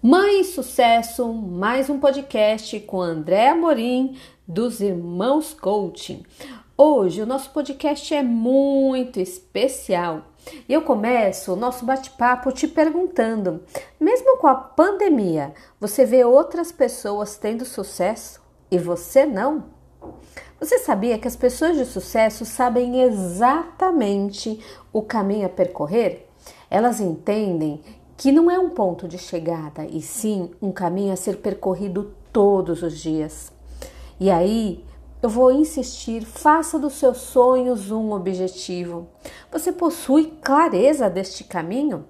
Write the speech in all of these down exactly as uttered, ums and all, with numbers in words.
Mãe Sucesso, mais um podcast com André Amorim dos Irmãos Coaching. Hoje o nosso podcast é muito especial e eu começo o nosso bate-papo te perguntando, mesmo com a pandemia, você vê outras pessoas tendo sucesso e você não? Você sabia que as pessoas de sucesso sabem exatamente o caminho a percorrer? Elas entendem que não é um ponto de chegada, e sim um caminho a ser percorrido todos os dias. E aí, eu vou insistir, faça dos seus sonhos um objetivo. Você possui clareza deste caminho?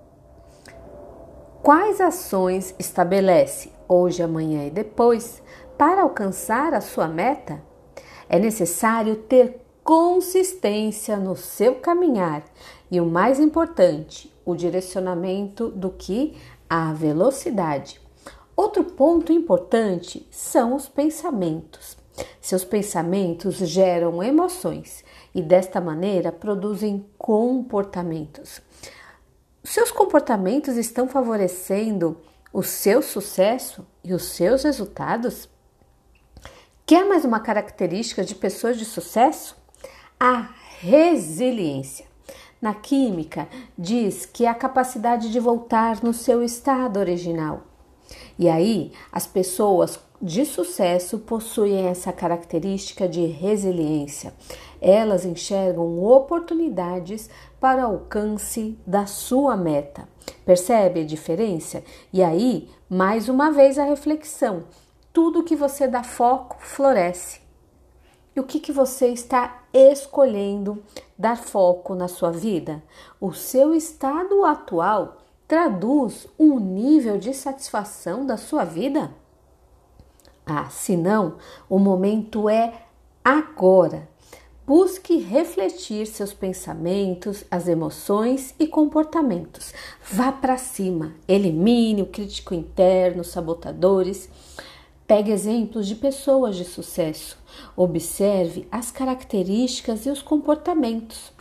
Quais ações estabelece hoje, amanhã e depois para alcançar a sua meta? É necessário ter consistência no seu caminhar e, o mais importante, o direcionamento do que a velocidade. Outro ponto importante são os pensamentos. Seus pensamentos geram emoções e desta maneira produzem comportamentos. Seus comportamentos estão favorecendo o seu sucesso e os seus resultados? Quer mais uma característica de pessoas de sucesso? A resiliência. Na química, diz que é a capacidade de voltar no seu estado original. E aí, as pessoas de sucesso possuem essa característica de resiliência. Elas enxergam oportunidades para alcance da sua meta. Percebe a diferença? E aí, mais uma vez a reflexão. Tudo que você dá foco floresce. E o que, que você está escolhendo dar foco na sua vida? O seu estado atual traduz um nível de satisfação da sua vida? Ah, se não, o momento é agora. Busque refletir seus pensamentos, as emoções e comportamentos. Vá para cima, elimine o crítico interno, os sabotadores. Pegue exemplos de pessoas de sucesso. Observe as características e os comportamentos.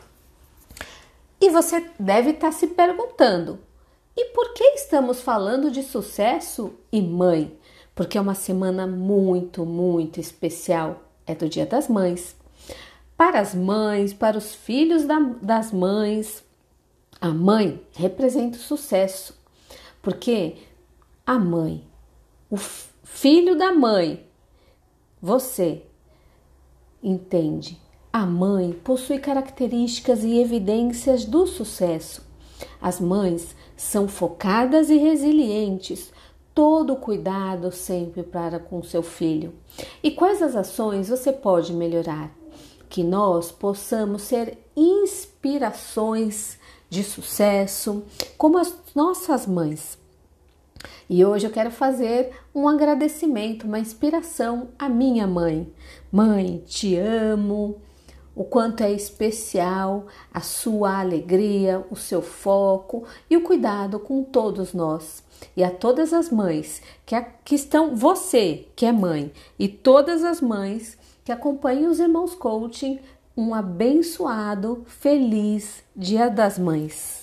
E você deve estar se perguntando, e por que estamos falando de sucesso e mãe? Porque é uma semana muito, muito especial. É do Dia das Mães. Para as mães, para os filhos da, das mães, a mãe representa o sucesso. Porque a mãe, o filho da mãe, você entende? A mãe possui características e evidências do sucesso. As mães são focadas e resilientes, todo cuidado sempre para com seu filho. E quais as ações você pode melhorar? Que nós possamos ser inspirações de sucesso, como as nossas mães. E hoje eu quero fazer um agradecimento, uma inspiração à minha mãe. Mãe, te amo, o quanto é especial a sua alegria, o seu foco e o cuidado com todos nós. E a todas as mães que, que estão, você que é mãe, e todas as mães que acompanham os Irmãos Coaching, um abençoado, feliz Dia das Mães.